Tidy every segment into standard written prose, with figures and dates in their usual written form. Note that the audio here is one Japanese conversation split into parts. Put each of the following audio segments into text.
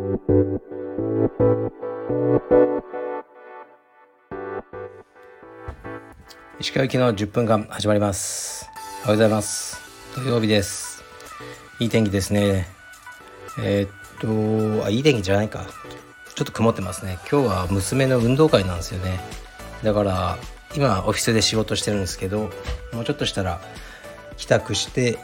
石川行きの10分間始まります。おはようございます。土曜日です。いい天気ですね。いい天気じゃないか。ちょっと曇ってますね。今日は娘の運動会なんですよね。だから今オフィスで仕事してるんですけど、もうちょっとしたら帰宅して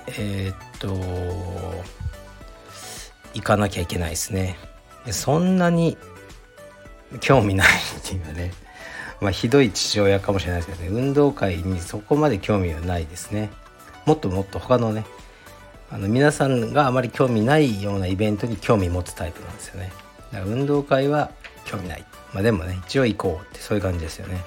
行かなきゃいけないですね。でそんなに興味ないっていうかね、ひどい父親かもしれないですけどね、運動会にそこまで興味はないですね。もっともっと他のね、皆さんがあまり興味ないようなイベントに興味持つタイプなんですよね。だから運動会は興味ない。でもね、一応行こうってそういう感じですよね。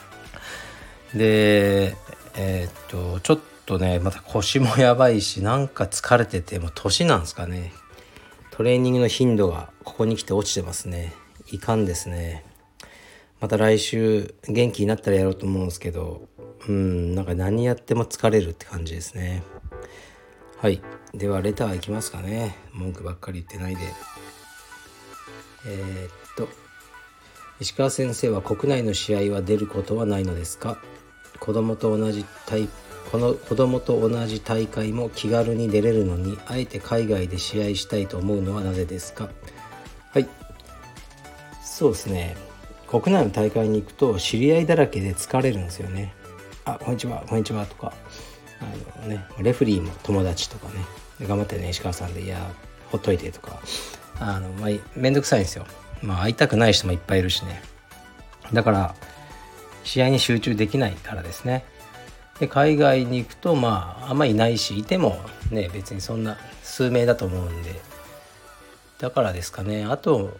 でちょっとね、また腰もやばいし、なんか疲れてて、もう年なんですかね。トレーニングの頻度がここに来て落ちてますね。いかんですね。また来週元気になったらやろうと思うんですけど、なんか何やっても疲れるって感じですね。はい、ではレターいきますかね。文句ばっかり言ってないで。石川先生は国内の試合は出ることはないのですか？子供と同じ大会も気軽に出れるのに、あえて海外で試合したいと思うのはなぜですか？はい、そうですね。国内の大会に行くと知り合いだらけで疲れるんですよね。こんにちはとか、レフリーも友達とかね、頑張ってね石川さんで、ほっといてとか、めんどくさいんですよ。会いたくない人もいっぱいいるしね。だから試合に集中できないからですね。で海外に行くとあんまりいないし、いてもね別にそんな数名だと思うんで、だからですかね。あと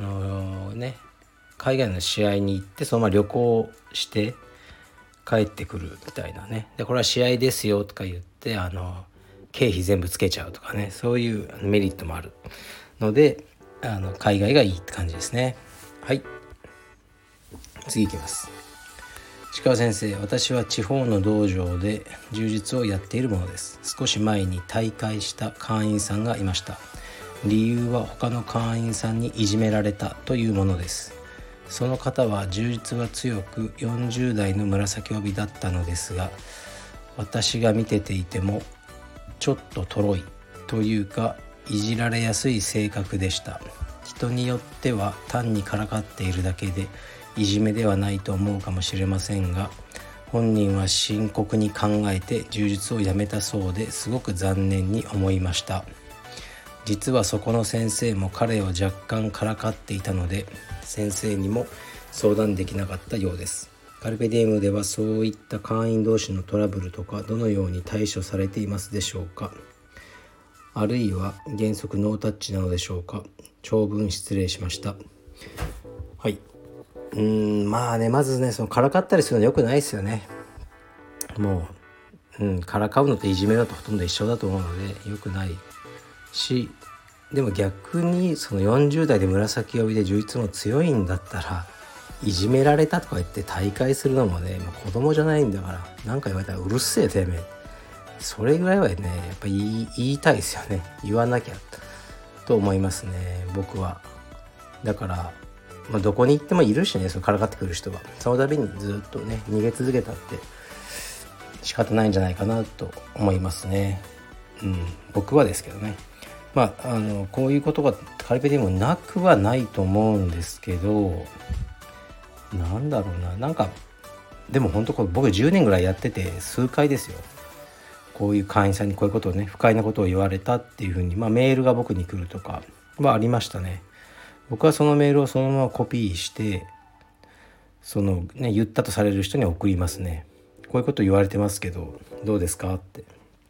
海外の試合に行ってそのまま旅行して帰ってくるみたいなね。でこれは試合ですよとか言って経費全部つけちゃうとかね、そういうメリットもあるので、海外がいいって感じですね。はい、次いきます。石川先生、私は地方の道場で柔術をやっているものです。少し前に退会した会員さんがいました。理由は他の会員さんにいじめられたというものです。その方は柔術が強く40代の紫帯だったのですが、私が見てていてもちょっととろいというか、いじられやすい性格でした。人によっては単にからかっているだけでいじめではないと思うかもしれませんが、本人は深刻に考えて柔術をやめたそうで、すごく残念に思いました。実はそこの先生も彼を若干からかっていたので、先生にも相談できなかったようです。カルペディエムではそういった会員同士のトラブルとかどのように対処されていますでしょうか？あるいは原則ノータッチなのでしょうか？長文失礼しました。はい、まずね、そのからかったりするのは良くないですよね。もう、からかうのといじめるのとほとんど一緒だと思うので良くないし、でも逆にその40代で紫帯で柔術も強いんだったら、いじめられたとか言って大会するのもね、子供じゃないんだから、何か言われたらうるせえてめえ、それぐらいはねやっぱ言いたいですよね。言わなきゃと思いますね、僕は。だからどこに行ってもいるしね、そのからかってくる人は。その度にずっとね逃げ続けたって仕方ないんじゃないかなと思いますね。僕はですけどね。こういうことがカルペディウムなくはないと思うんですけど、なんだろうな、でも本当僕10年ぐらいやってて数回ですよ、こういう会員さんにこういうことをね、不快なことを言われたっていうふうに、メールが僕に来るとかはありましたね。僕はそのメールをそのままコピーして、言ったとされる人に送りますね。こういうこと言われてますけどどうですかって。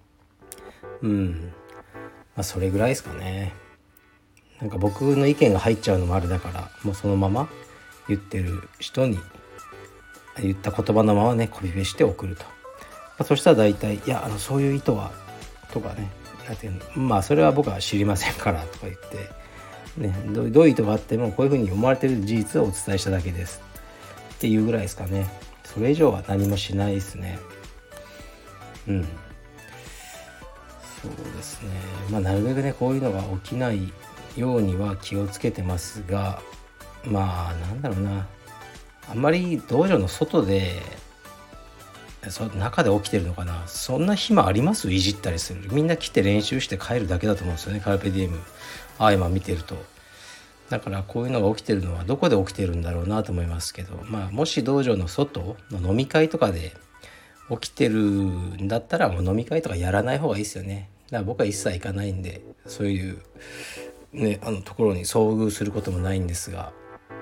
それぐらいですかね。僕の意見が入っちゃうのもあれだから、もうそのまま言ってる人に言った言葉のままねコピペして送ると。そしたら大体そういう意図はとかね、それは僕は知りませんからとか言ってね、どういう意図があってもこういうふうに思われている事実をお伝えしただけですっていうぐらいですかね。それ以上は何もしないですね。そうですね。なるべくねこういうのが起きないようには気をつけてますが、まあなんだろうな、あんまり道場の外で中で起きてるのかな、そんな暇あります？いじったりする。みんな来て練習して帰るだけだと思うんですよね、カルペディエム今見てると。だからこういうのが起きてるのはどこで起きてるんだろうなと思いますけど、もし道場の外の飲み会とかで起きてるんだったら、もう飲み会とかやらない方がいいですよね。だから僕は一切行かないんで、そういうねところに遭遇することもないんですが、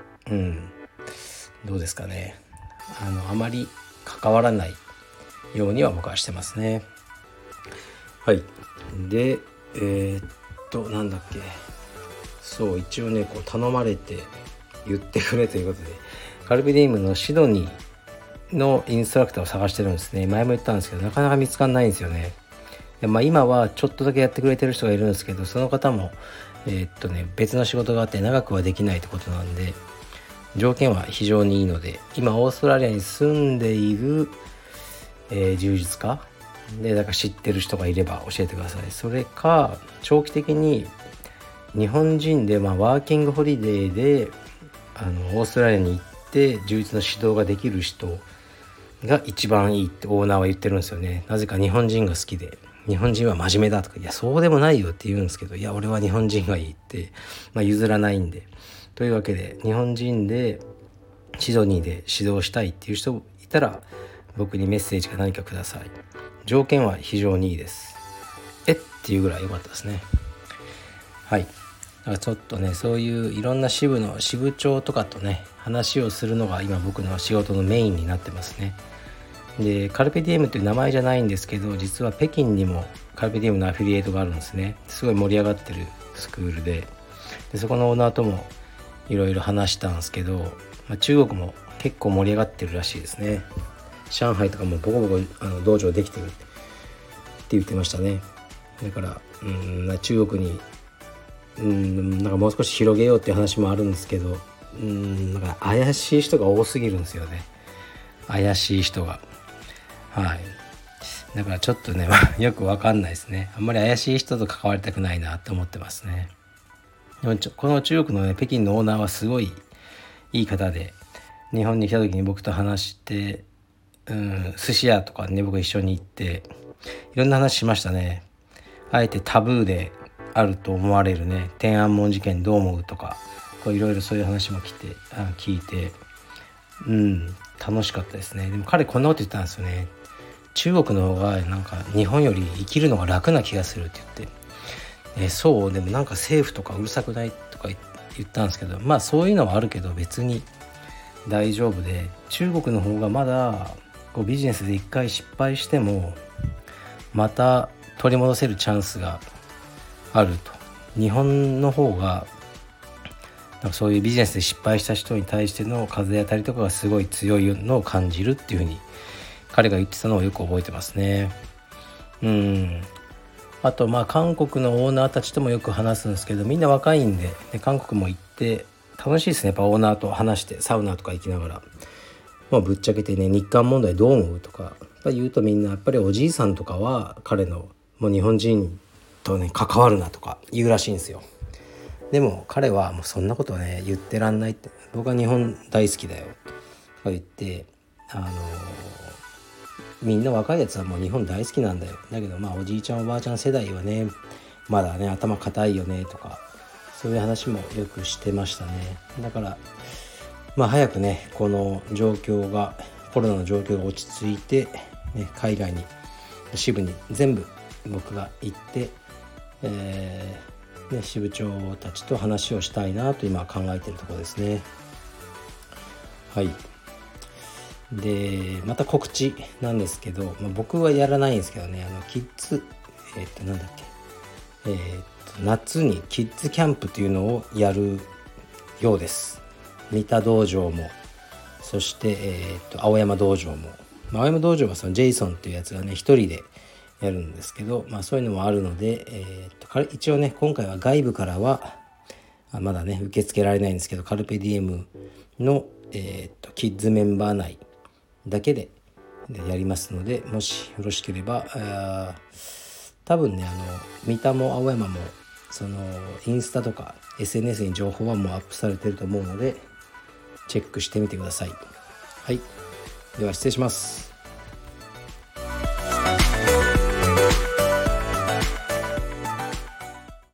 どうですかね。あまり関わらないようには僕はしてますね。はい。でなんだっけ、そう一応ねこう頼まれて言ってくれということで、カルペディウムのシドニーのインストラクターを探してるんですね。前も言ったんですけど、なかなか見つかんないんですよね。で、今はちょっとだけやってくれてる人がいるんですけど、その方も別の仕事があって長くはできないってことなんで、条件は非常にいいので、今オーストラリアに住んでいる、柔術家で、だから知ってる人がいれば教えてください。それか長期的に日本人で、ワーキングホリデーでオーストラリアに行って柔術の指導ができる人が一番いいってオーナーは言ってるんですよね。なぜか日本人が好きで、日本人は真面目だとか、いやそうでもないよって言うんですけど、いや俺は日本人がいいって、譲らないんで。というわけで、日本人でシドニーで指導したいっていう人いたら僕にメッセージか何かください。条件は非常にいいです。っていうぐらい良かったですね。はい。だからちょっとね、そういういろんな支部の支部長とかとね話をするのが今僕の仕事のメインになってますね。で、カルペディエムという名前じゃないんですけど、実は北京にもカルペディエムのアフィリエイトがあるんですね。すごい盛り上がってるスクールで、そこのオーナーともいろいろ話したんですけど、中国も結構盛り上がってるらしいですね。上海とかもボコボコ道場できてるって言ってましたね。だから中国になんかもう少し広げようっていう話もあるんですけど、なんか怪しい人が多すぎるんですよね。怪しい人が。はい。だからちょっとね、よくわかんないですね。あんまり怪しい人と関わりたくないなって思ってますね。でもこの中国のね、北京のオーナーはすごいいい方で、日本に来た時に僕と話して、寿司屋とかね、僕一緒に行っていろんな話しましたね。あえてタブーであると思われるね、天安門事件どう思うとか、いろいろそういう話も聞いて、楽しかったですね。でも彼こんなこと言ったんですよね。中国の方がなんか日本より生きるのが楽な気がするって言って、そうでもなんか政府とかうるさくないとか言ったんですけど、そういうのはあるけど別に大丈夫で、中国の方がまだビジネスで一回失敗してもまた取り戻せるチャンスがあると。日本の方がなんかそういうビジネスで失敗した人に対しての風当たりとかがすごい強いのを感じるっていうふうに彼が言ってたのをよく覚えてますね。あと韓国のオーナーたちともよく話すんですけど、みんな若いんで、韓国も行って楽しいですね。やっぱオーナーと話してサウナとか行きながら、ぶっちゃけてね、日韓問題どう思うとかやっぱ言うと、みんなやっぱりおじいさんとかは彼のもう日本人とね関わるなとか言うらしいんですよ。でも彼はもうそんなことはね言ってらんないって、僕は日本大好きだよとか言って、みんな若いやつはもう日本大好きなんだよ。だけどおじいちゃんおばあちゃん世代はねまだね頭固いよねとか、そういう話もよくしてましたね。だから早くねこの状況が、コロナの状況が落ち着いて、海外に支部に全部僕が行って、支部長たちと話をしたいなと今考えているところですね。はい。でまた告知なんですけど、僕はやらないんですけどね、キッズなんだっけ、夏にキッズキャンプというのをやるようです。三田道場も、そして、青山道場も、青山道場はそのジェイソンっていうやつがね一人でやるんですけど、そういうのもあるので、一応ね今回は外部からはまだね受け付けられないんですけど、カルペディエムの、キッズメンバー内だけでやりますので、もしよろしければ多分ね三田も青山もそのインスタとか SNS に情報はもうアップされてると思うのでチェックしてみてください。はい、では失礼します。